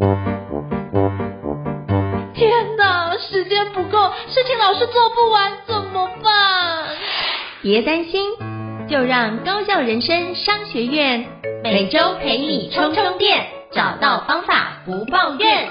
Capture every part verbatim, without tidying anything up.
天哪，时间不够，事情老是做不完，怎么办？ 别担心，就让高效人生商学院每周陪你充充电，找到方法不抱怨。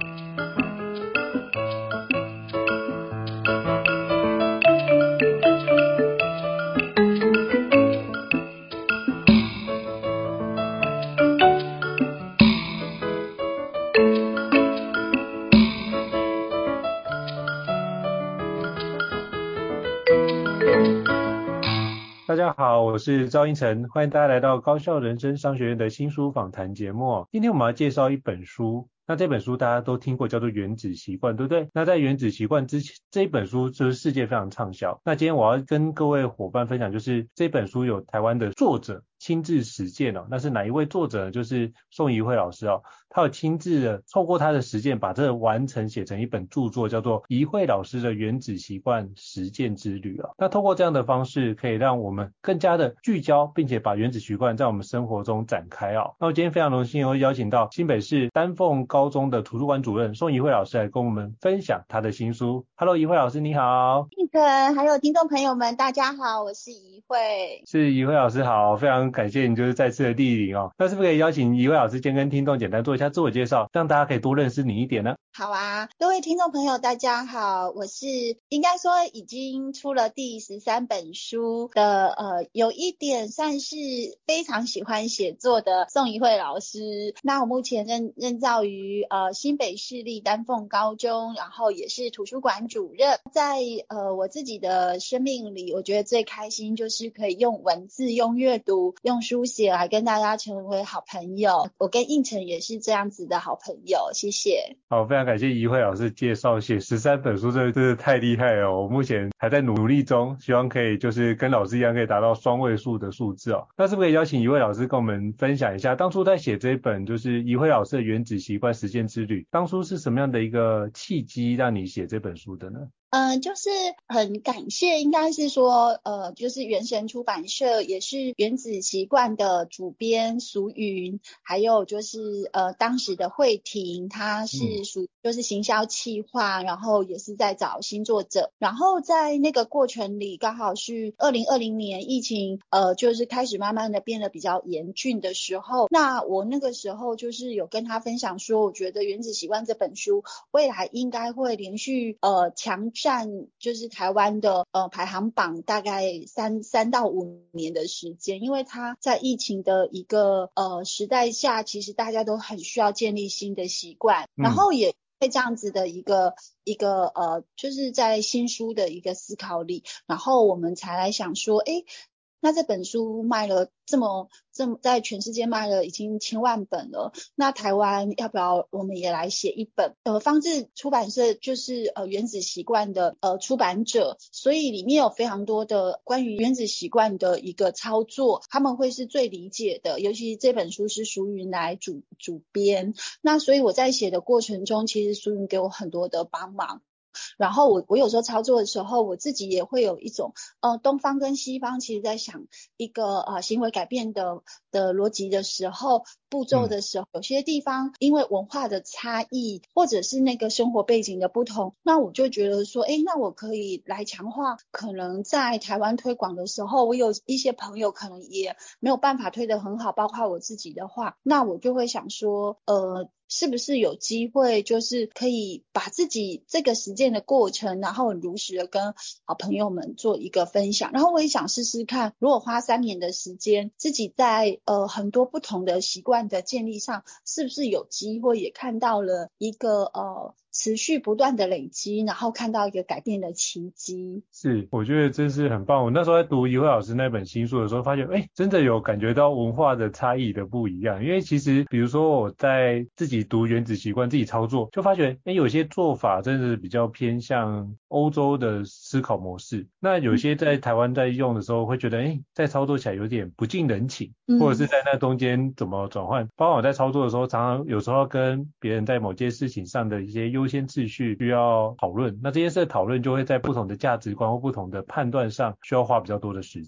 大家好，我是赵英成，欢迎大家来到高效人生商学院的新书访谈节目。今天我们要介绍一本书，那这本书大家都听过，叫做《原子习惯》，对不对？那在《原子习惯》之前，这一本书就是世界非常畅销。那今天我要跟各位伙伴分享，就是这本书有台湾的作者亲自实践哦。那是哪一位作者呢？就是宋怡慧老师哦，他有亲自的透过他的实践，把这个完成写成一本著作，叫做怡慧老师的原子习惯实践之旅哦。那透过这样的方式，可以让我们更加的聚焦，并且把原子习惯在我们生活中展开哦。那我今天非常荣幸会邀请到新北市丹凤高中的图书馆主任宋怡慧老师来跟我们分享他的新书。Hello， 怡慧老师你好。 英成还有听众朋友们大家好，我是怡慧。 是怡慧老师好，非常感谢你就是再次的莅临哦。那是不是可以邀请怡慧老师先跟听众简单做一下自我介绍，让大家可以多认识你一点呢？ 好啊，各位听众朋友大家好，我是应该说已经出了第十三本书的呃，有一点算是非常喜欢写作的宋怡慧老师。那我目前任任教于呃新北市立丹凤高中，然后也是图书馆主任。在呃我自己的生命里，我觉得最开心就是可以用文字、用阅读、用书写来跟大家成为好朋友。我跟应成也是这样子的好朋友，谢谢。 好，非常感谢怡慧老师介绍，写十三本书，这真的太厉害了。我目前还在努力中，希望可以就是跟老师一样，可以达到双位数的数字哦。那是不是可以邀请怡慧老师跟我们分享一下，当初在写这一本就是怡慧老师的原子习惯实践之旅，当初是什么样的一个契机让你写这本书的呢？ 嗯、呃，就是很感谢，应该是说，呃，就是原神出版社也是原子习惯的主编苏云，还有就是呃当时的慧婷，她是属就是行销企划，然后也是在找新作者，然后在那个过程里，刚好是二零二零年疫情，呃，就是开始慢慢的变得比较严峻的时候，那我那个时候就是有跟他分享说，我觉得原子习惯这本书未来应该会连续呃强占就是台湾的呃排行榜大概三三到五年的时间，因为它在疫情的一个呃时代下，其实大家都很需要建立新的习惯，然后也会这样子的一个一个呃就是在新书的一个思考里，然后我们才来想说，诶，那这本书卖了这么这么在全世界卖了已经千万本了，那台湾要不要我们也来写一本？呃，方志出版社就是呃原子习惯的呃出版者，所以里面有非常多的关于原子习惯的一个操作，他们会是最理解的，尤其这本书是苏云来主主编，那所以我在写的过程中，其实苏云给我很多的帮忙。然后我我有时候操作的时候，我自己也会有一种呃东方跟西方其实在想一个呃行为改变的的逻辑的时候，步骤的时候，有些地方因为文化的差异或者是那个生活背景的不同，那我就觉得说，诶，那我可以来强化可能在台湾推广的时候，我有一些朋友可能也没有办法推得很好，包括我自己的话，那我就会想说呃是不是有机会就是可以把自己这个实践的过程，然后很如实的跟好朋友们做一个分享，然后我也想试试看，如果花三年的时间，自己在呃很多不同的习惯的建立上，是不是有机会也看到了一个呃持续不断的累积，然后看到一个改变的奇迹。 是，我觉得真是很棒。我那时候在读怡慧老师那本新书的时候，发现，哎，真的有感觉到文化的差异的不一样。因为其实，比如说我在自己读原子习惯，自己操作，就发觉，哎，有些做法真的是比较偏向欧洲的思考模式。那有些在台湾在用的时候，会觉得，哎，在操作起来有点不近人情，或者是在那中间怎么转换。包括我在操作的时候，常常有时候要跟别人在某件事情上的一些优先次序需要讨论。那这件事的讨论就会在不同的价值观或不同的判断上需要花比较多的时间。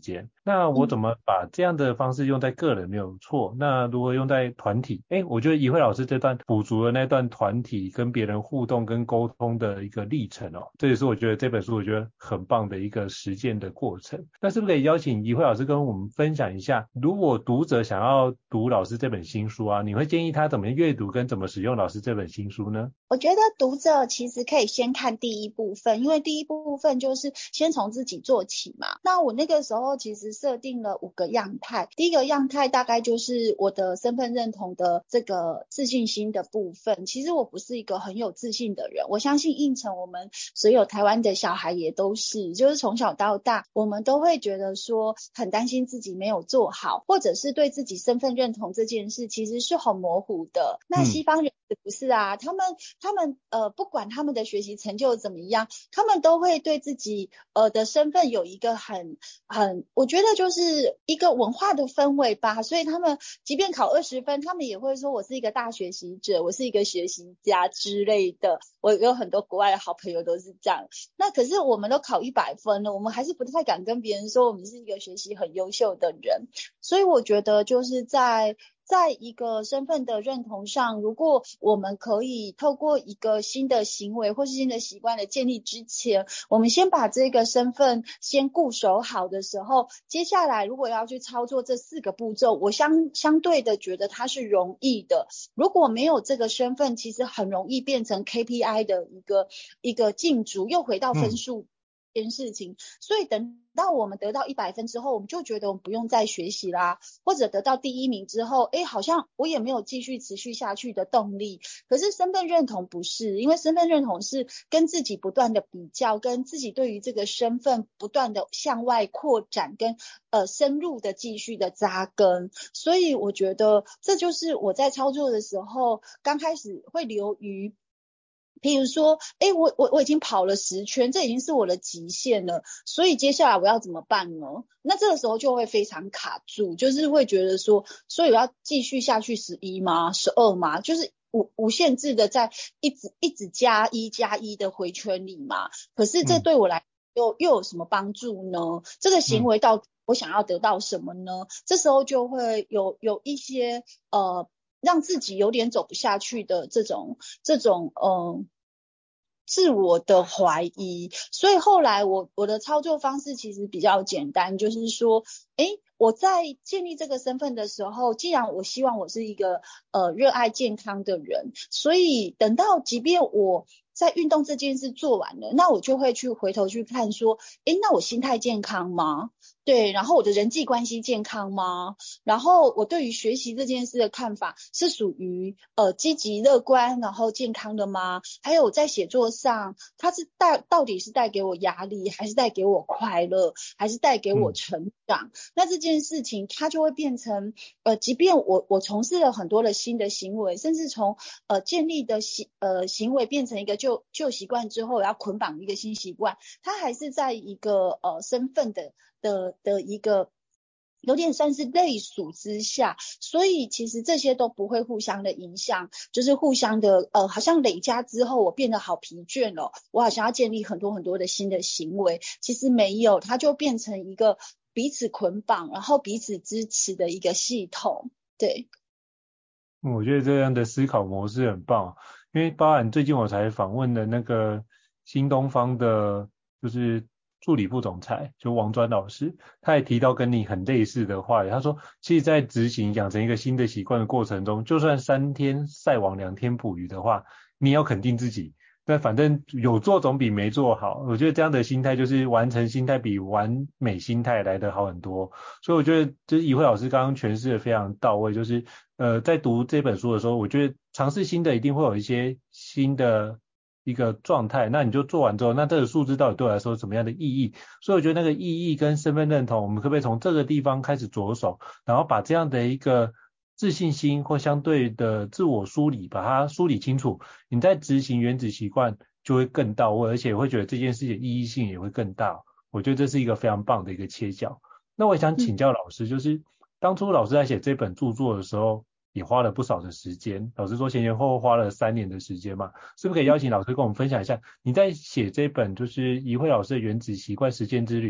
那我怎么把这样的方式用在个人没有错，那如何用在团体？诶，我觉得怡慧老师这段补足了那段团体跟别人互动跟沟通的一个历程哦，这也是我觉得这本书我觉得很棒的一个实践的过程。那是不是可以邀请怡慧老师跟我们分享一下，如果读者想要读老师这本新书啊，你会建议他怎么阅读跟怎么使用老师这本新书呢？ 我觉得读者其实可以先看第一部分，因为第一部分就是先从自己做起嘛。那我那个时候其实设定了五个样态，第一个样态大概就是我的身份认同的这个自信心的部分。其实我不是一个很有自信的人，我相信应成我们所有台湾的小孩也都是，就是从小到大我们都会觉得说很担心自己没有做好，或者是对自己身份认同这件事其实是很模糊的。那西方人不是啊，他们他们呃不管他们的学习成就怎么样，他们都会对自己呃的身份有一个很很我觉得就是一个文化的氛围吧，所以他们即便考二十分，他们也会说我是一个大学习者，我是一个学习家之类的。我有很多国外的好朋友都是这样。那可是我们都考一百分了，我们还是不太敢跟别人说我们是一个学习很优秀的人。所以我觉得就是在在一个身份的认同上，如果我们可以透过一个新的行为或是新的习惯的建立之前，我们先把这个身份先固守好的时候，接下来如果要去操作这四个步骤，我相相对的觉得它是容易的。如果没有这个身份，其实很容易变成 K P I 的一个一个竞逐，又回到分数这件事情。所以等到我们得到一百分之后，我们就觉得我们不用再学习啦，或者得到第一名之后，诶，好像我也没有继续持续下去的动力。可是身份认同不是，因为身份认同是跟自己不断的比较，跟自己对于这个身份不断的向外扩展，跟呃深入的继续的扎根。所以我觉得这就是我在操作的时候刚开始会流于譬如说，诶，我我我已经跑了十圈，这已经是我的极限了，所以接下来我要怎么办呢？那这个时候就会非常卡住，就是会觉得说，所以我要继续下去十一吗？十二吗？就是无无限制的在一直一直加一加一的回圈里嘛。可是这对我来又又有什么帮助呢？这个行为到底我想要得到什么呢？这时候就会有有一些呃。让自己有点走不下去的这种这种嗯、呃、自我的怀疑。所以后来我我的操作方式其实比较简单，就是说诶我在建立这个身份的时候，既然我希望我是一个呃热爱健康的人，所以等到即便我在运动这件事做完了，那我就会去回头去看说，诶那我心态健康吗？对，然后我的人际关系健康吗？然后我对于学习这件事的看法是属于呃积极乐观然后健康的吗？还有在写作上，它是带到底是带给我压力，还是带给我快乐，还是带给我成长？嗯、那这件事情它就会变成呃，即便我我从事了很多的新的行为，甚至从呃建立的行呃行为变成一个旧旧习惯之后，要捆绑一个新习惯，它还是在一个呃身份的的的一个有点算是类属之下，所以其实这些都不会互相的影响，就是互相的呃，好像累加之后我变得好疲倦了，我好像要建立很多很多的新的行为，其实没有，它就变成一个彼此捆绑，然后彼此支持的一个系统。对， 我觉得这样的思考模式很棒，因为包含最近我才访问的那个新东方的，就是助理副总裁，就王专老师，他也提到跟你很类似的话语，他说，其实在执行养成一个新的习惯的过程中，就算三天晒网两天捕鱼的话，你也要肯定自己。但反正有做总比没做好，我觉得这样的心态就是完成心态比完美心态来得好很多。所以我觉得就是怡慧老师刚刚诠释的非常到位，就是呃在读这本书的时候，我觉得尝试新的一定会有一些新的一个状态，那你就做完之后，那这个数字到底对我来说有什么样的意义？所以我觉得那个意义跟身份认同，我们可不可以从这个地方开始着手，然后把这样的一个自信心或相对的自我梳理，把它梳理清楚，你在执行原子习惯就会更到位，而且会觉得这件事情的意义性也会更大。我觉得这是一个非常棒的一个切角。那我想请教老师，就是当初老师在写这本著作的时候，也花了不少的时间，老师说前前后后花了三年的时间嘛，是不是可以邀请老师跟我们分享一下，你在写这本就是怡慧老师的原子习惯实践之旅，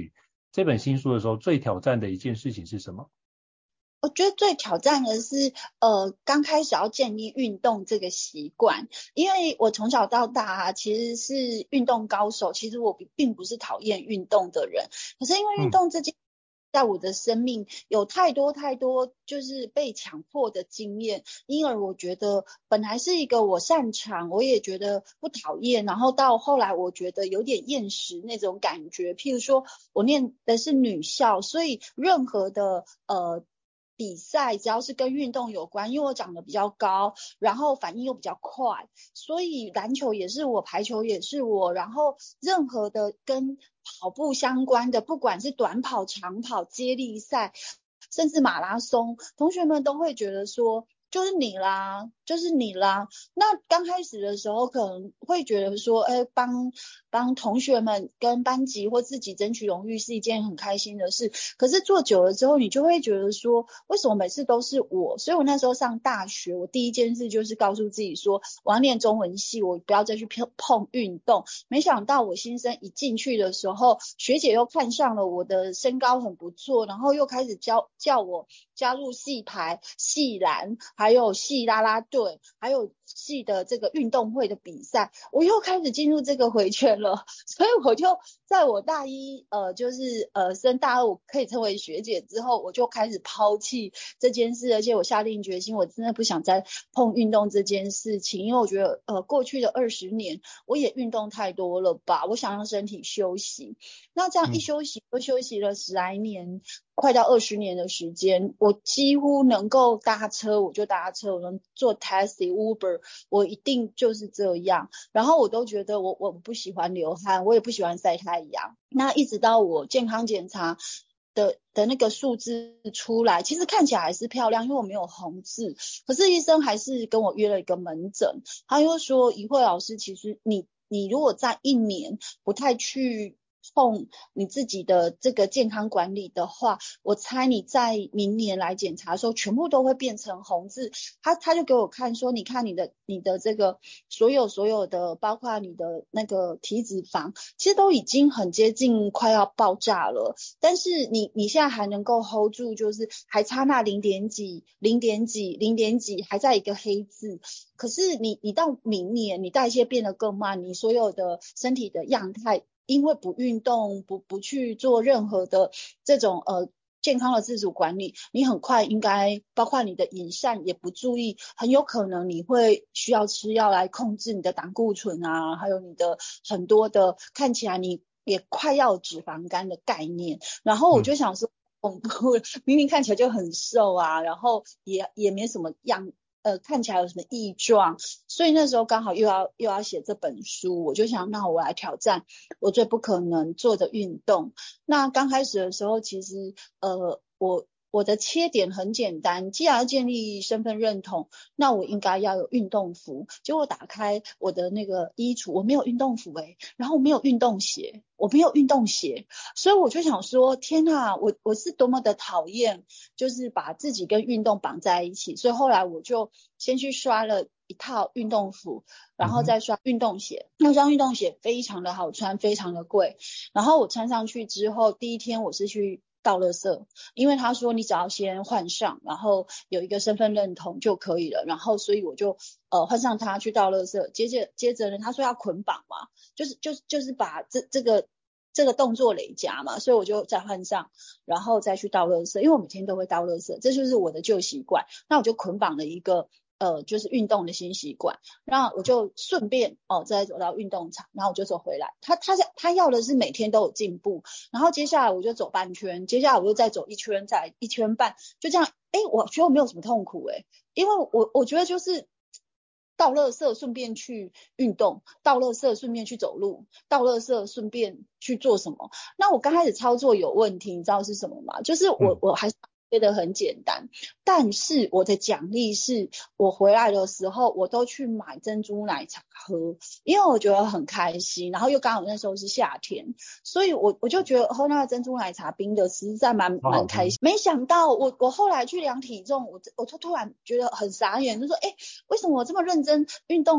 这本新书的时候，最挑战的一件事情是什么？ 我觉得最挑战的是，呃，刚开始要建立运动这个习惯，因为我从小到大啊，其实是运动高手，其实我并不是讨厌运动的人，可是因为运动这件，在我的生命有太多太多就是被强迫的经验，因而我觉得本来是一个我擅长，我也觉得不讨厌，然后到后来我觉得有点厌食那种感觉。譬如说我念的是女校，所以任何的呃比赛只要是跟运动有关，因为我长得比较高，然后反应又比较快，所以篮球也是我，排球也是我，然后任何的跟跑步相关的，不管是短跑、长跑、接力赛，甚至马拉松，同学们都会觉得说就是你啦，就是你啦。那刚开始的时候可能会觉得说，哎，帮帮同学们跟班级或自己争取荣誉是一件很开心的事。可是做久了之后，你就会觉得说，为什么每次都是我？所以我那时候上大学，我第一件事就是告诉自己说，我要念中文系，我不要再去碰碰运动。没想到我新生一进去的时候，学姐又看上了我的身高很不错，然后又开始教叫我加入系排、系篮，还有系啦啦队，还有系的这个运动会的比赛，我又开始进入这个回圈了。所以我就在我大一呃就是呃升大二我可以称为学姐之后，我就开始抛弃这件事，而且我下定决心我真的不想再碰运动这件事情，因为我觉得呃过去的二十年我也运动太多了吧，我想让身体休息。那这样一休息就休息了十来年，快到二十年的时间，我几乎能够搭车我就搭车，我能坐 taxi Uber 我一定就是这样。然后我都觉得我我不喜欢流汗，我也不喜欢晒太阳。那一直到我健康检查的的那个数字出来，其实看起来还是漂亮，因为我没有红字，可是医生还是跟我约了一个门诊，他又说怡慧老师，其实你你如果在一年不太去碰你自己的这个健康管理的话，我猜你在明年来检查的时候全部都会变成红字。他他就给我看说，你看你的你的这个所有所有的包括你的那个体脂肪其实都已经很接近快要爆炸了，但是你你现在还能够 hold 住，就是还差那零点几零点几零点几还在一个黑字。可是你你到明年你代谢变得更慢，你所有的身体的样态因为不运动不不去做任何的这种呃健康的自主管理，你很快应该包括你的饮膳也不注意，很有可能你会需要吃药来控制你的胆固醇啊，还有你的很多的看起来你也快要有脂肪肝的概念。然后我就想说恐怖、嗯、明明看起来就很瘦啊，然后也也没什么样呃，看起来有什么异状，所以那时候刚好又要又要写这本书，我就想那我来挑战我最不可能做的运动。那刚开始的时候其实呃我我的切点很简单，既然要建立身份认同，那我应该要有运动服。结果打开我的那个衣橱，我没有运动服诶，然后没有运动鞋，我没有运动鞋，所以我就想说天哪，我我是多么的讨厌就是把自己跟运动绑在一起。所以后来我就先去刷了一套运动服，然后再刷运动鞋。那双运动鞋非常的好穿，非常的贵，然后我穿上去之后第一天我是去倒垃圾，因为他说你只要先换上，然后有一个身份认同就可以了，然后所以我就呃换上它去倒垃圾。接着接着呢他说要捆绑嘛，就是就是就是把这这个这个动作累加嘛，所以我就再换上，然后再去倒垃圾，因为我每天都会倒垃圾，这就是我的旧习惯。那我就捆绑了一个呃就是运动的新习惯，然后我就顺便哦再走到运动场，然后我就走回来。他他他要的是每天都有进步，然后接下来我就走半圈，接下来我又再走一圈，再一圈半，就这样。哎，我觉得我没有什么痛苦哎，因为我我觉得就是倒垃圾顺便去运动，倒垃圾顺便去走路，倒垃圾顺便去做什么。那我刚开始操作有问题，你知道是什么吗？就是我我还是觉得很简单，但是我的奖励是我回来的时候我都去买珍珠奶茶喝，因为我觉得很开心，然后又刚好那时候是夏天，所以我我就觉得喝那个珍珠奶茶冰的实在蛮蛮开心。没想到我我后来去量体重，我我就突然觉得很傻眼，就说哎，为什么我这么认真运动了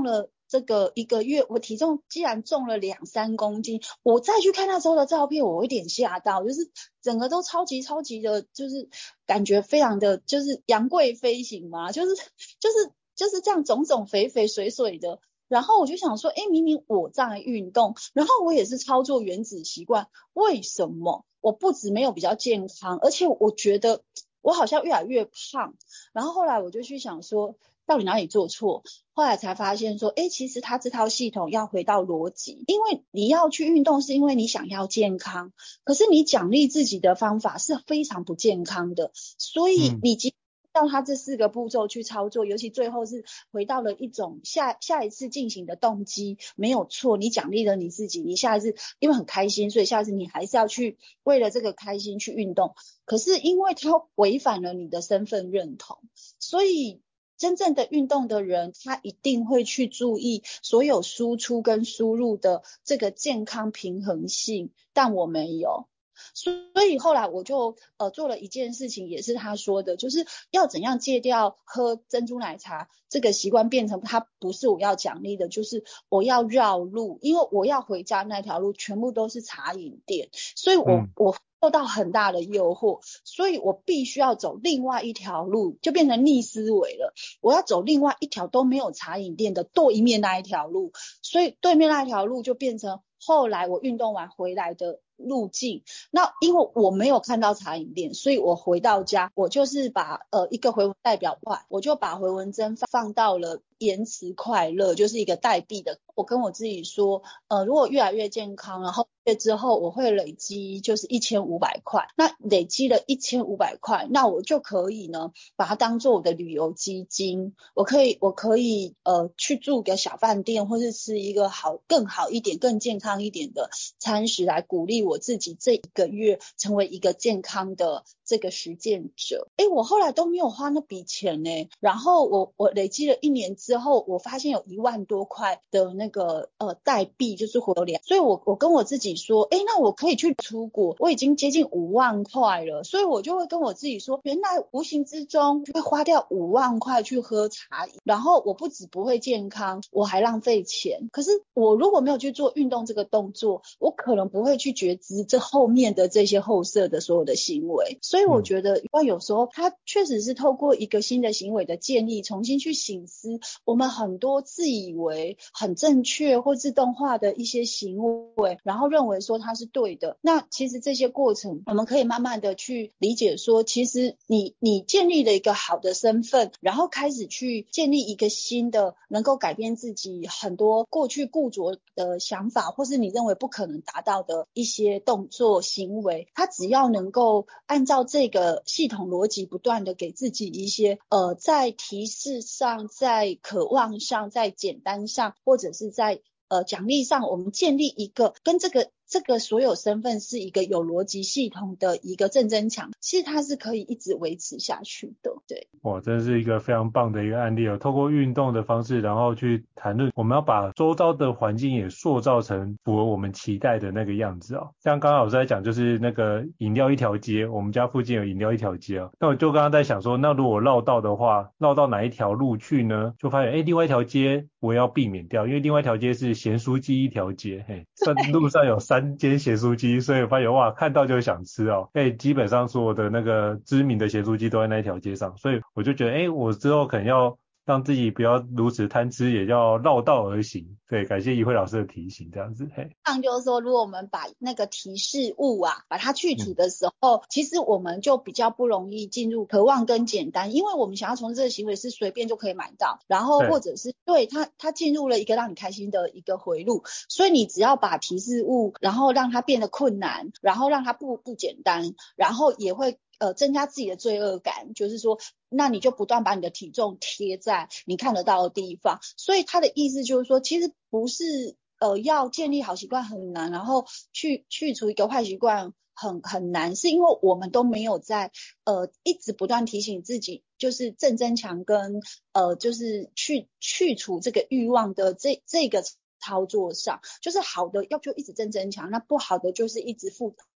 这个一个月，我体重既然重了两三公斤，我再去看那时候的照片，我有点吓到，就是整个都超级超级的，就是感觉非常的就是杨贵妃型嘛，就是就是就是这样肿肿肥肥水水的。然后我就想说，哎，明明我在运动，然后我也是操作原子习惯，为什么我不止没有比较健康，而且我觉得我好像越来越胖。然后后来我就去想说，到底哪里做错？后来才发现说，哎，其实他这套系统要回到逻辑，因为你要去运动是因为你想要健康，可是你奖励自己的方法是非常不健康的，所以你即到他这四个步骤去操作，尤其最后是回到了一种下下一次进行的动机，没有错，你奖励了你自己，你下一次因为很开心，所以下次你还是要去为了这个开心去运动，可是因为它违反了你的身份认同，所以真正的运动的人，他一定会去注意所有输出跟输入的这个健康平衡性，但我没有。所以后来我就呃做了一件事情，也是他说的，就是要怎样戒掉喝珍珠奶茶这个习惯，变成它不是我要奖励的，就是我要绕路，因为我要回家那条路全部都是茶饮店，所以我、嗯、我受到很大的诱惑，所以我必须要走另外一条路，就变成逆思维了。我要走另外一条都没有茶饮店的对面那一条路，所以对面那一条路就变成后来我运动完回来的路径。那因为我没有看到茶饮店，所以我回到家，我就是把呃一个回文代表外，我就把回文针放到了延迟快乐，就是一个代币的。我跟我自己说，呃，如果越来越健康，然后月之后我会累积就是一千五百块，那累积了一千五百块，那我就可以呢把它当做我的旅游基金，我可以我可以呃去住个小饭店，或是吃一个好更好一点更健康一点的餐食，来鼓励我自己这一个月成为一个健康的这个实践者。诶，我后来都没有花那笔钱呢，然后我我累积了一年之后，我发现有一万多块的那个呃代币，就是活粮，所以我我跟我自己说，诶，那我可以去出国，我已经接近五万块了，所以我就会跟我自己说，原来无形之中就会花掉五万块去喝茶饮，然后我不止不会健康，我还浪费钱。可是我如果没有去做运动这个动作，我可能不会去觉知这后面的这些后设的所有的行为。所以我觉得有时候它确实是透过一个新的行为的建立，重新去省思我们很多自以为很正确或自动化的一些行为，然后认为说它是对的。那其实这些过程我们可以慢慢的去理解说，其实你你建立了一个好的身份，然后开始去建立一个新的能够改变自己很多过去固着的想法，或是你认为不可能达到的一些动作行为，它只要能够按照这个系统逻辑不断的给自己一些呃在提示上，在渴望上，在简单上，或者是在呃奖励上，我们建立一个跟这个这个所有身份是一个有逻辑系统的一个正增强，其实它是可以一直维持下去的。对， 哇，真是一个非常棒的一个案例哦！透过运动的方式，然后去谈论我们要把周遭的环境也塑造成符合我们期待的那个样子哦。像刚刚老师在讲，就是那个饮料一条街，我们家附近有饮料一条街哦。那我就刚刚在想说，那如果绕道的话，绕到哪一条路去呢？就发现，哎，另外一条街我要避免掉，因为另外一条街是咸酥鸡一条街，嘿，这路上有三间咸酥鸡，所以我发现哇，看到就想吃哦。哎，基本上所有的那个知名的咸酥鸡都在那一条街上，所以我就觉得，哎，我之后可能要让自己不要如此贪吃，也要绕道而行。对，感谢怡慧老师的提醒，这样子。嘿， 上就是说，如果我们把那个提示物啊，把它去除的时候，嗯、其实我们就比较不容易进入渴望跟简单，因为我们想要从事这个行为是随便就可以买到，然后或者是对它它进入了一个让你开心的一个回路，所以你只要把提示物，然后让它变得困难，然后让它不不简单，然后也会。呃，增加自己的罪恶感，就是说，那你就不断把你的体重贴在你看得到的地方。所以他的意思就是说，其实不是呃要建立好习惯很难，然后去去除一个坏习惯很很难，是因为我们都没有在呃一直不断提醒自己，就是正增强跟呃就是去去除这个欲望的这这个操作上，就是好的要就一直正增强，那不好的就是一直负。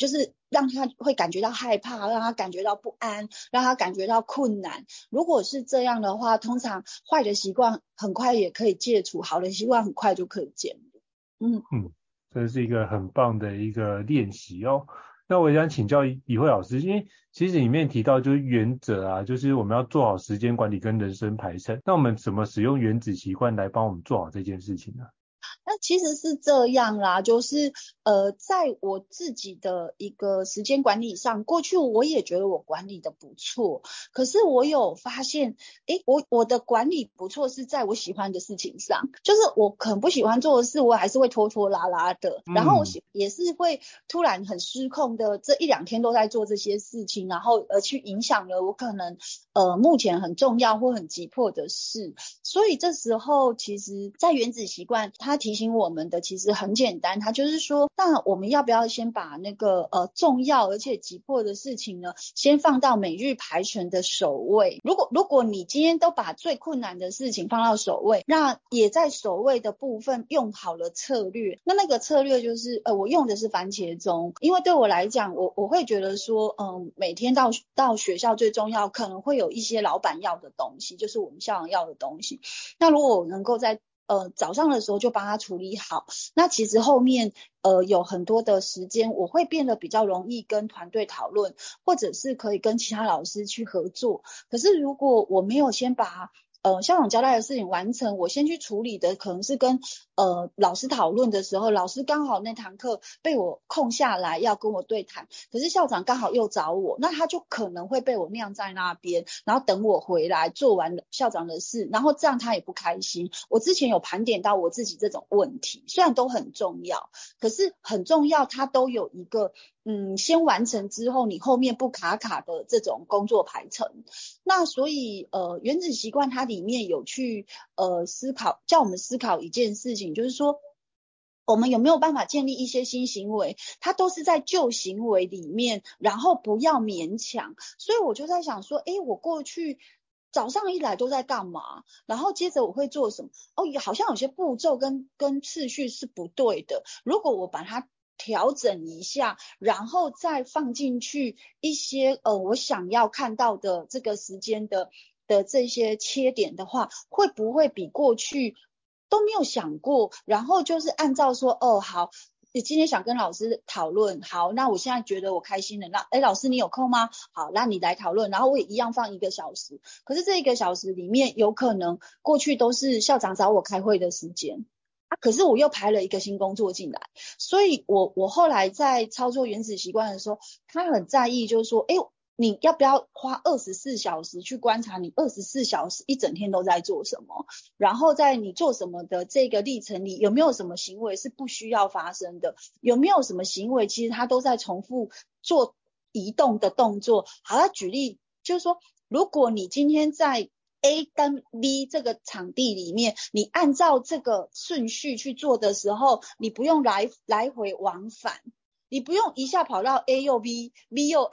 就是让他会感觉到害怕，让他感觉到不安，让他感觉到困难。如果是这样的话，通常坏的习惯很快也可以戒除，好的习惯很快就可以建立。嗯嗯，这是一个很棒的一个练习哦。那我也想请教怡慧老师，因为其实里面提到就是原则啊，就是我们要做好时间管理跟人生排程。那我们怎么使用原子习惯来帮我们做好这件事情呢？ 那其实是这样啦，就是呃，在我自己的一个时间管理上，过去我也觉得我管理的不错，可是我有发现，诶，我我的管理不错是在我喜欢的事情上，就是我可能不喜欢做的事，我还是会拖拖拉拉的，然后我喜也是会突然很失控的，这一两天都在做这些事情，然后而去影响了我可能呃目前很重要或很急迫的事，所以这时候其实在原子习惯它提醒我们的其实很简单，它就是说，那我们要不要先把那个呃重要而且急迫的事情呢，先放到每日排程的首位。如果如果你今天都把最困难的事情放到首位，那也在首位的部分用好了策略，那那个策略就是呃我用的是番茄钟，因为对我来讲，我我会觉得说，嗯、呃，每天到到学校最重要可能会有一些老板要的东西，就是我们校长要的东西。那如果我能够在呃早上的时候就帮他处理好，那其实后面呃有很多的时间我会变得比较容易跟团队讨论，或者是可以跟其他老师去合作。可是如果我没有先把呃校长交代的事情完成，我先去处理的可能是跟呃老师讨论的时候，老师刚好那堂课被我空下来要跟我对谈，可是校长刚好又找我，那他就可能会被我晾在那边，然后等我回来做完校长的事，然后这样他也不开心。我之前有盘点到我自己这种问题，虽然都很重要，可是很重要它都有一个嗯先完成之后你后面不卡卡的这种工作排程。那所以呃原子习惯它里面有去呃思考，叫我们思考一件事情，就是说我们有没有办法建立一些新行为，它都是在旧行为里面，然后不要勉强。所以我就在想说，诶，我过去早上一来都在干嘛，然后接着我会做什么，哦，好像有些步骤跟跟次序是不对的，如果我把它调整一下，然后再放进去一些呃我想要看到的这个时间的的这些切点的话，会不会比过去都没有想过，然后就是按照说哦好，你今天想跟老师讨论，好，那我现在觉得我开心了，那哎老师你有空吗？好，那你来讨论，然后我也一样放一个小时，可是这一个小时里面有可能过去都是校长找我开会的时间。啊，可是我又排了一个新工作进来，所以我我后来在操作原子习惯的时候，他很在意，就是说，哎，你要不要花二十四小时去观察你二十四小时一整天都在做什么，然后在你做什么的这个历程里，有没有什么行为是不需要发生的，有没有什么行为其实他都在重复做移动的动作。好，他举例就是说，如果你今天在A 跟 B 这个场地里面，你按照这个顺序去做的时候，你不用来来回往返，你不用一下跑到 A 又 B，B 又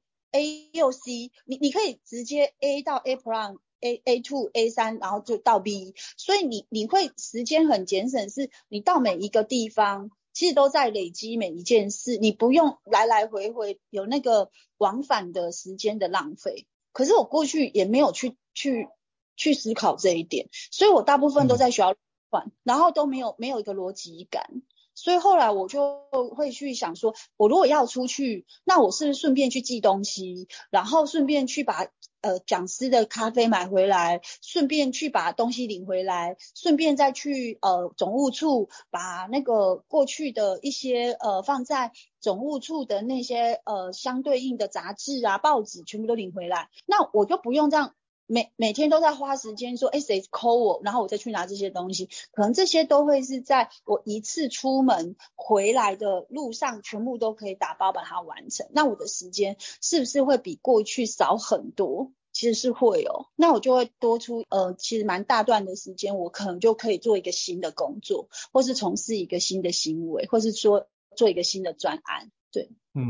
A，A 又 C， 你你可以直接 A 到 A plus，A A two A 三，然后就到 B， 所以你你会时间很节省，是你到每一个地方其实都在累积每一件事，你不用来来回回有那个往返的时间的浪费。可是我过去也没有去去去思考这一点，所以我大部分都在学校玩，然后都没有没有一个逻辑感。所以后来我就会去想说，我如果要出去，那我是不是顺便去寄东西，然后顺便去把呃讲师的咖啡买回来，顺便去把东西领回来，顺便再去呃总务处把那个过去的一些呃放在总务处的那些呃相对应的杂志啊报纸全部都领回来，那我就不用这样每每天都在花时间说，哎，谁 call 我，然后我再去拿这些东西，可能这些都会是在我一次出门回来的路上，全部都可以打包把它完成。那我的时间是不是会比过去少很多？其实是会哦，那我就会多出呃，其实蛮大段的时间，我可能就可以做一个新的工作，或是从事一个新的行为，或是说做一个新的专案。对， 嗯。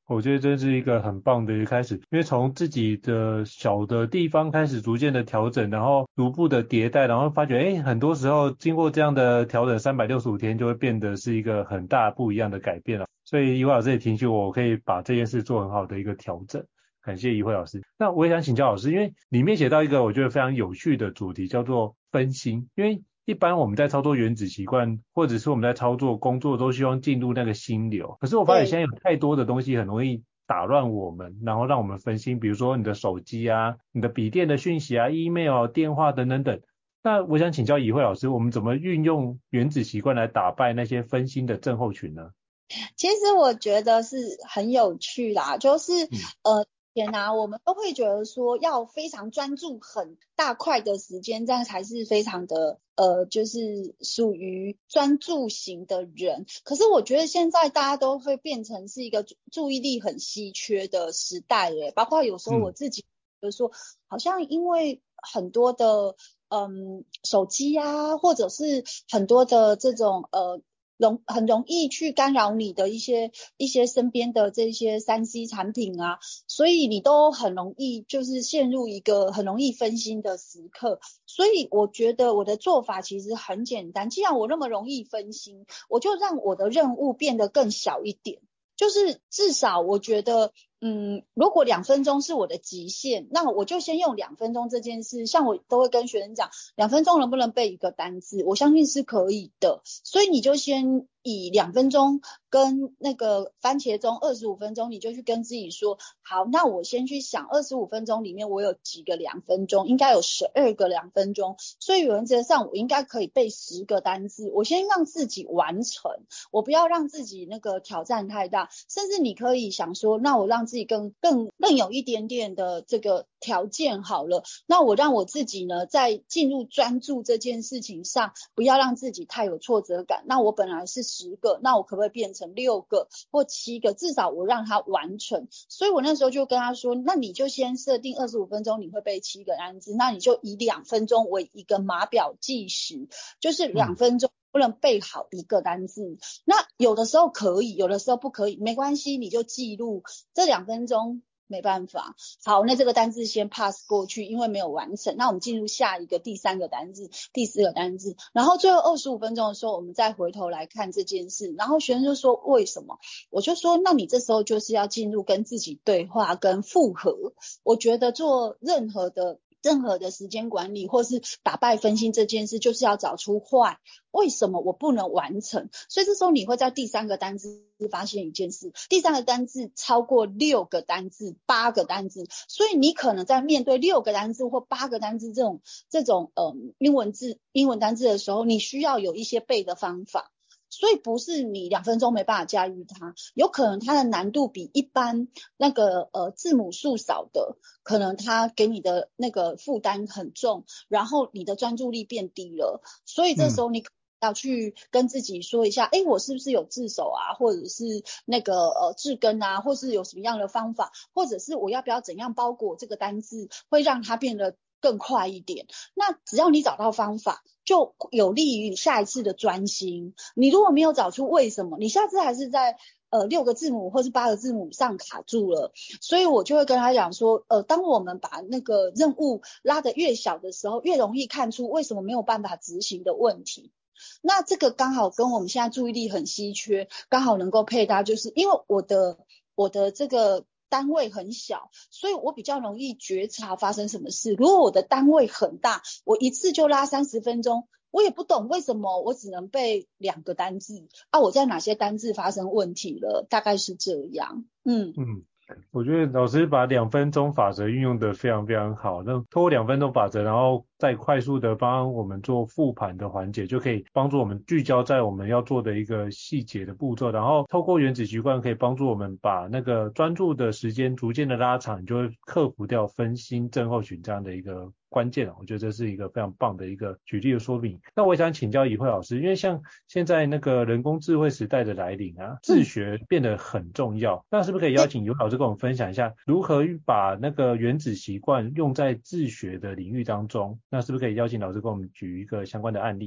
我觉得这是一个很棒的一个开始，因为从自己的小的地方开始逐渐的调整，然后逐步的迭代，然后发觉诶很多时候经过这样的调整三百六十五天就会变得是一个很大不一样的改变了。所以怡慧老师也提醒我，我可以把这件事做很好的一个调整。感谢怡慧老师。那我也想请教老师，因为里面写到一个我觉得非常有趣的主题，叫做分心。因为一般我们在操作原子习惯，或者是我们在操作工作，都希望进入那个心流。可是我发现现在有太多的东西很容易打乱我们，然后让我们分心，比如说你的手机啊、你的笔电的讯息啊、email、电话等等等。那我想请教怡慧老师，我们怎么运用原子习惯来打败那些分心的症候群呢？ 其实我觉得是很有趣啦，就是、嗯、呃天哪，我们都会觉得说要非常专注很大块的时间，这样才是非常的呃就是属于专注型的人。可是我觉得现在大家都会变成是一个注意力很稀缺的时代耶，包括有时候我自己就是说、嗯、好像因为很多的嗯手机啊，或者是很多的这种呃容很容易去干扰你的一些一些身边的这些 三 C 产品啊，所以你都很容易就是陷入一个很容易分心的时刻。所以我觉得我的做法其实很简单，既然我那么容易分心，我就让我的任务变得更小一点，就是至少我觉得嗯，如果两分钟是我的极限，那我就先用两分钟这件事。像我都会跟学生讲，两分钟能不能背一个单字，我相信是可以的。所以你就先以两分钟跟那个番茄钟二十五分钟，你就去跟自己说，好，那我先去想二十五分钟里面我有几个两分钟，应该有十二个两分钟，所以原则上我应该可以背十个单字。我先让自己完成，我不要让自己那个挑战太大，甚至你可以想说，那我让自己更更更有一点点的这个条件好了，那我让我自己呢在进入专注这件事情上不要让自己太有挫折感，那我本来是十个，那我可不可以变成六个或七个，至少我让它完成。所以我那时候就跟他说，那你就先设定二十五分钟你会背七个单字，那你就以两分钟为一个码表计时，就是两分钟不能背好一个单字，那有的时候可以，有的时候不可以，没关系，你就记录这两分钟没办法。好，那这个单字先 pass 过去，因为没有完成，那我们进入下一个第三个单字，第四个单字，然后最后二十五分钟的时候我们再回头来看这件事。然后学生就说为什么，我就说那你这时候就是要进入跟自己对话跟复合。我觉得做任何的任何的时间管理或是打败分心这件事，就是要找出坏，为什么我不能完成。所以这时候你会在第三个单字发现一件事，第三个单字超过六个单字八个单字，所以你可能在面对六个单字或八个单字这种这种呃英文字英文单字的时候，你需要有一些背的方法。所以不是你两分钟没办法驾驭它，有可能它的难度比一般那个呃字母数少的，可能它给你的那个负担很重，然后你的专注力变低了。所以这时候你要去跟自己说一下，诶、嗯、我是不是有字首啊，或者是那个呃字根啊，或是有什么样的方法，或者是我要不要怎样包裹这个单字会让它变得更快一点。那只要你找到方法，就有利于下一次的专心。你如果没有找出为什么，你下次还是在呃六个字母或是八个字母上卡住了。所以我就会跟他讲说，呃，当我们把那个任务拉得越小的时候，越容易看出为什么没有办法执行的问题。那这个刚好跟我们现在注意力很稀缺刚好能够配搭，就是因为我的我的这个单位很小，所以我比较容易觉察发生什么事。如果我的单位很大，我一次就拉三十分钟，我也不懂为什么我只能背两个单字啊，我在哪些单字发生问题了，大概是这样。嗯嗯，我觉得老师把两分钟法则运用的非常非常好，那透过两分钟法则，然后再快速的帮我们做复盘的环节，就可以帮助我们聚焦在我们要做的一个细节的步骤，然后透过原子习惯可以帮助我们把那个专注的时间逐渐的拉长，就会克服掉分心症候群这样的一个关键。我觉得这是一个非常棒的一个举例的说明。那我也想请教怡慧老师，因为像现在那个人工智慧时代的来临啊，自学变得很重要，那是不是可以邀请怡慧老师跟我们分享一下如何把那个原子习惯用在自学的领域当中？那是不是可以邀请老师跟我们举一个相关的案例？ 自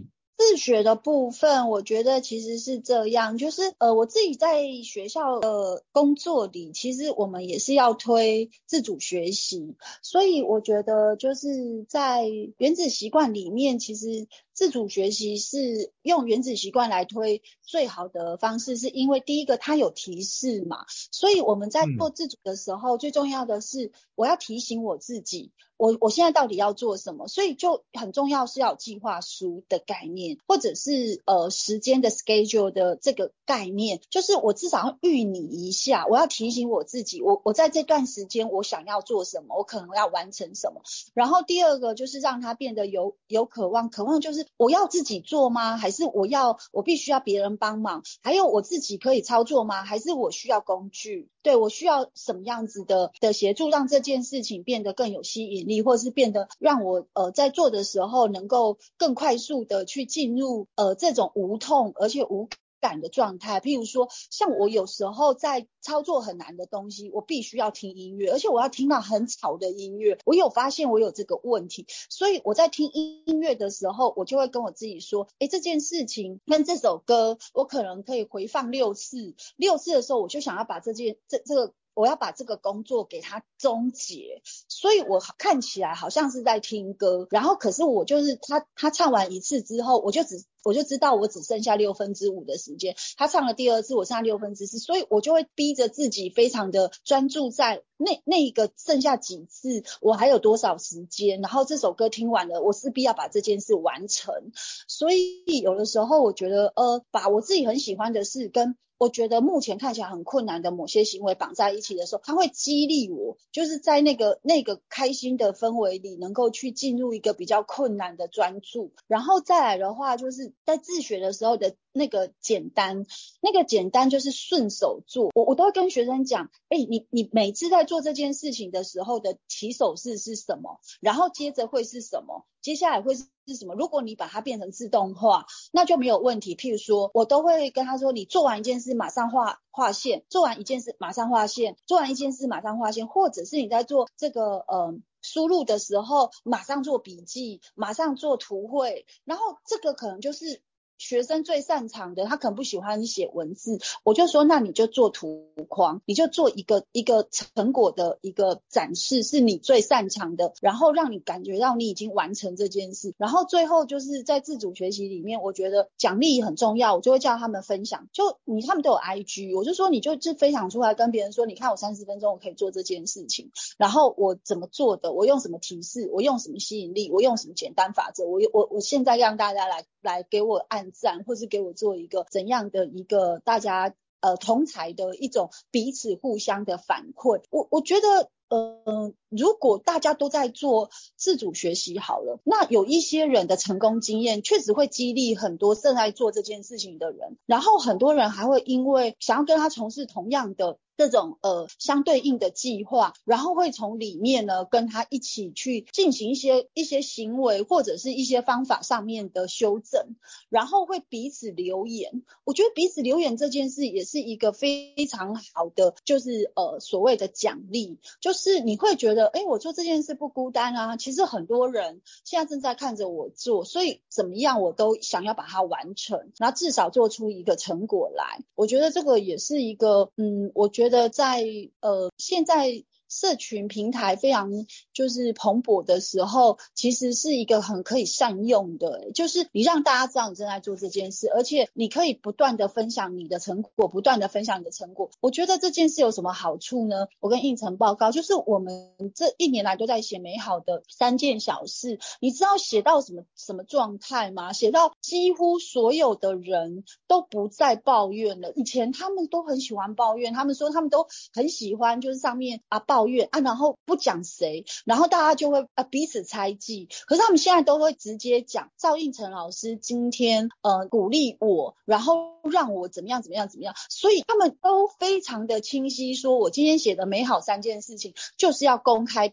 自学的部分，我觉得其实是这样，就是呃，我自己在学校的工作里，其实我们也是要推自主学习，所以我觉得就是在原子习惯里面，其实自主学习是用原子习惯来推最好的方式，是因为第一个它有提示嘛，所以我们在做自主的时候，嗯、最重要的是我要提醒我自己。我我现在到底要做什么？所以就很重要是要有计划书的概念，或者是呃时间的 schedule 的这个概念，就是我至少要预拟一下，我要提醒我自己，我我在这段时间我想要做什么，我可能要完成什么。然后第二个就是让它变得有有渴望，渴望就是我要自己做吗？还是我要我必须要别人帮忙？还有我自己可以操作吗？还是我需要工具？对，我需要什么样子的的协助，让这件事情变得更有吸引力，或者是变得让我呃在做的时候能够更快速的去进入呃这种无痛而且无感的状态。譬如说像我有时候在操作很难的东西，我必须要听音乐，而且我要听到很吵的音乐，我有发现我有这个问题，所以我在听音乐的时候，我就会跟我自己说，诶，这件事情跟这首歌我可能可以回放六次，六次的时候我就想要把这件这这个我要把这个工作给它终结，所以我看起来好像是在听歌，然后可是我就是他他唱完一次之后，我就只我就知道我只剩下六分之五的时间，他唱了第二次，我剩下六分之四，所以我就会逼着自己非常的专注在那那一个剩下几次，我还有多少时间，然后这首歌听完了，我势必要把这件事完成。所以有的时候我觉得呃，把我自己很喜欢的事跟我觉得目前看起来很困难的某些行为绑在一起的时候，它会激励我，就是在那个那个开心的氛围里能够去进入一个比较困难的专注。然后再来的话，就是在自学的时候的那个简单，那个简单就是顺手做。我我都会跟学生讲，哎，你你每次在做这件事情的时候的起手式是什么，然后接着会是什么，接下来会是什么。如果你把它变成自动化，那就没有问题。譬如说我都会跟他说，你做完一件事马上画画线，做完一件事马上画线，做完一件事马上画线，或者是你在做这个呃输入的时候马上做笔记，马上做图绘，然后这个可能就是学生最擅长的，他可能不喜欢写文字，我就说那你就做图框，你就做一个一个成果的一个展示，是你最擅长的，然后让你感觉到你已经完成这件事。然后最后就是在自主学习里面，我觉得奖励很重要，我就会叫他们分享，就你他们都有 I G， 我就说你就就分享出来跟别人说，你看我三十分钟我可以做这件事情，然后我怎么做的，我用什么提示，我用什么吸引力，我用什么简单法则，我我我现在让大家来来给我按赞，或是给我做一个怎样的一个大家呃同才的一种彼此互相的反馈。我我觉得呃，如果大家都在做自主学习好了，那有一些人的成功经验确实会激励很多正在做这件事情的人，然后很多人还会因为想要跟他从事同样的这种呃相对应的计划，然后会从里面呢跟他一起去进行一些一些行为或者是一些方法上面的修正，然后会彼此留言。我觉得彼此留言这件事也是一个非常好的，就是呃所谓的奖励，就是你会觉得哎，我做这件事不孤单啊，其实很多人现在正在看着我做，所以怎么样我都想要把它完成，然后至少做出一个成果来。我觉得这个也是一个嗯，我觉得在呃现在社群平台非常就是蓬勃的时候，其实是一个很可以善用的，就是你让大家知道你正在做这件事，而且你可以不断的分享你的成果，不断的分享你的成果。我觉得这件事有什么好处呢？我跟应成报告，就是我们这一年来都在写美好的三件小事，你知道写到什么什么状态吗？写到几乎所有的人都不再抱怨了。以前他们都很喜欢抱怨，他们说他们都很喜欢就是上面啊抱怨啊，然后不讲谁，然后大家就会啊彼此猜忌。可是他们现在都会直接讲，赵应成老师今天呃鼓励我，然后让我怎么样怎么样怎么样，所以他们都非常的清晰，说我今天写的美好三件事情就是要公开表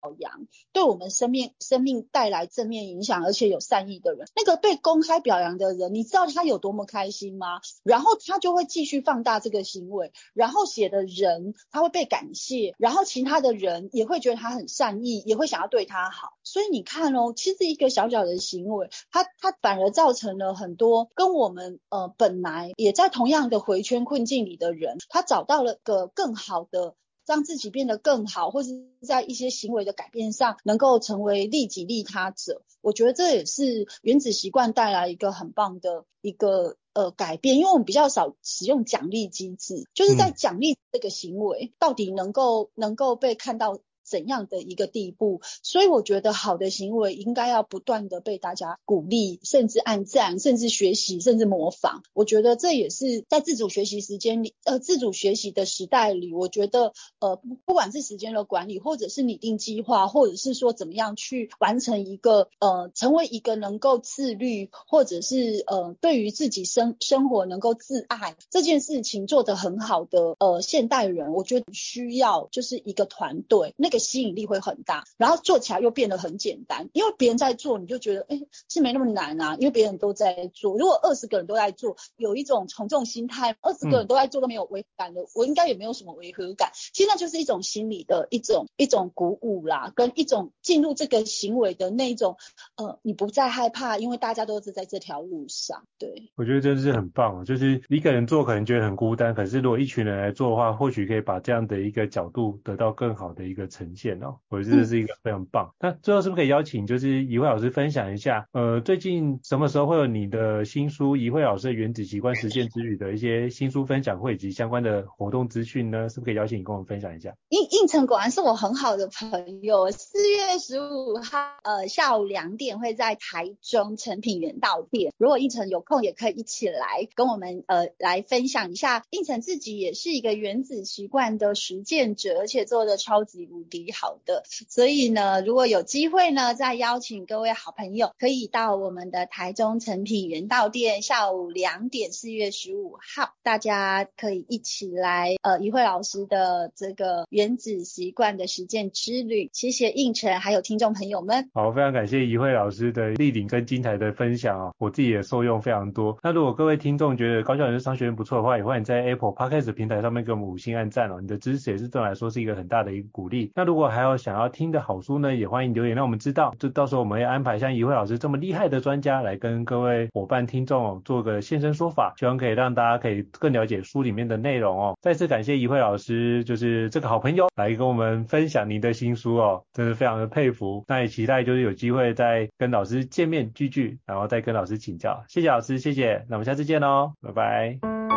扬，对我们生命生命带来正面影响，而且有善意的人，那个被公开表扬的人，你知道他有多么开心吗？然后他就会继续放大这个行为，然后写的人他会被感谢，然后其他的人也会觉得他很善意，也会想要对他好。所以你看哦，其实一个小小的行为，他他反而造成了很多跟我们呃本来也在同样的回圈困境里的人，他找到了个更好的让自己变得更好，或是在一些行为的改变上能够成为利己利他者。我觉得这也是原子习惯带来一个很棒的一个呃改变，因为我们比较少使用奖励机制，就是在奖励这个行为、嗯、到底能够能够被看到怎样的一个地步。所以我觉得好的行为应该要不断的被大家鼓励，甚至按赞，甚至学习，甚至模仿。我觉得这也是在自主学习时间里呃自主学习的时代里，我觉得呃不管是时间的管理，或者是拟定计划，或者是说怎么样去完成一个呃成为一个能够自律，或者是呃对于自己生生活能够自爱这件事情做得很好的呃现代人，我觉得需要就是一个团队，那个吸引力会很大，然后做起来又变得很简单，因为别人在做你就觉得哎是没那么难啊，因为别人都在做。如果二十个人都在做，有一种从众心态，二十个人都在做都没有违和感的、嗯、我应该也没有什么违和感。其实那就是一种心理的一种一种鼓舞啦，跟一种进入这个行为的那一种呃你不再害怕，因为大家都是在这条路上。对， 我觉得真是很棒，就是一个人做可能觉得很孤单，可是如果一群人来做的话，或许可以把这样的一个角度得到更好的一个呈现哦。我觉得这是一个非常棒、嗯、那最后是不是可以邀请就是怡慧老师分享一下呃最近什么时候会有你的新书怡慧老师的原子习惯实践之旅的一些新书分享会以及相关的活动资讯呢？是不是可以邀请你跟我们分享一下？ 应应成果然是我很好的朋友，四月十五号呃下午两点会在台中诚品园道店，如果应成有空也可以一起来跟我们呃来分享一下。应成自己也是一个原子习惯的实践者，而且做的超级无敌好的，所以呢如果有机会呢再邀请各位好朋友可以到我们的台中诚品园道店下午两点，四月十五号大家可以一起来呃怡慧老师的这个原子习惯的实践之旅。谢谢应成还有听众朋友们。 好，非常感谢怡慧老师的莅临跟精彩的分享哦，我自己也受用非常多。那如果各位听众觉得高效人生商学院不错的话，也欢迎在 Apple Podcast 平台上面给我们五星按赞哦，你的支持也是对我来说是一个很大的一个鼓励。那如果还有想要听的好书呢，也欢迎留言让我们知道，就到时候我们会安排像怡慧老师这么厉害的专家来跟各位伙伴听众哦做个现身说法，希望可以让大家可以更了解书里面的内容哦。再次感谢怡慧老师，就是这个好朋友来跟我们分享您的新书哦，真是非常的佩服。那也期待就是有机会再跟老师见面聚聚，然后再跟老师请教。谢谢老师，谢谢，那我们下次见咯，拜拜。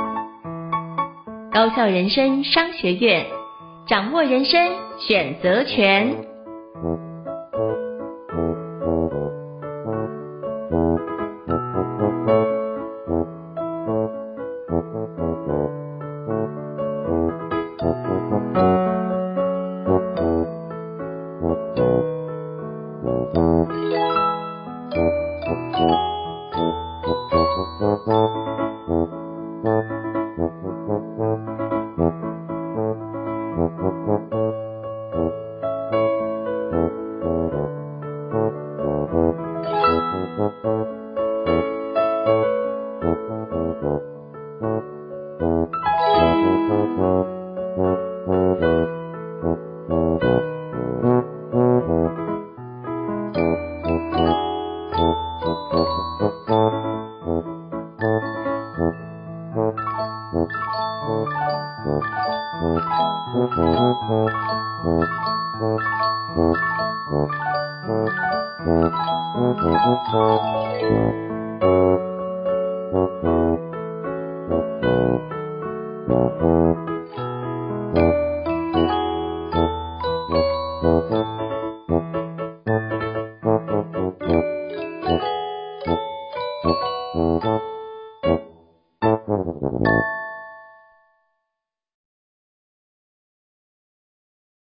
高效人生商学院，掌握人生选择权。 Thank you.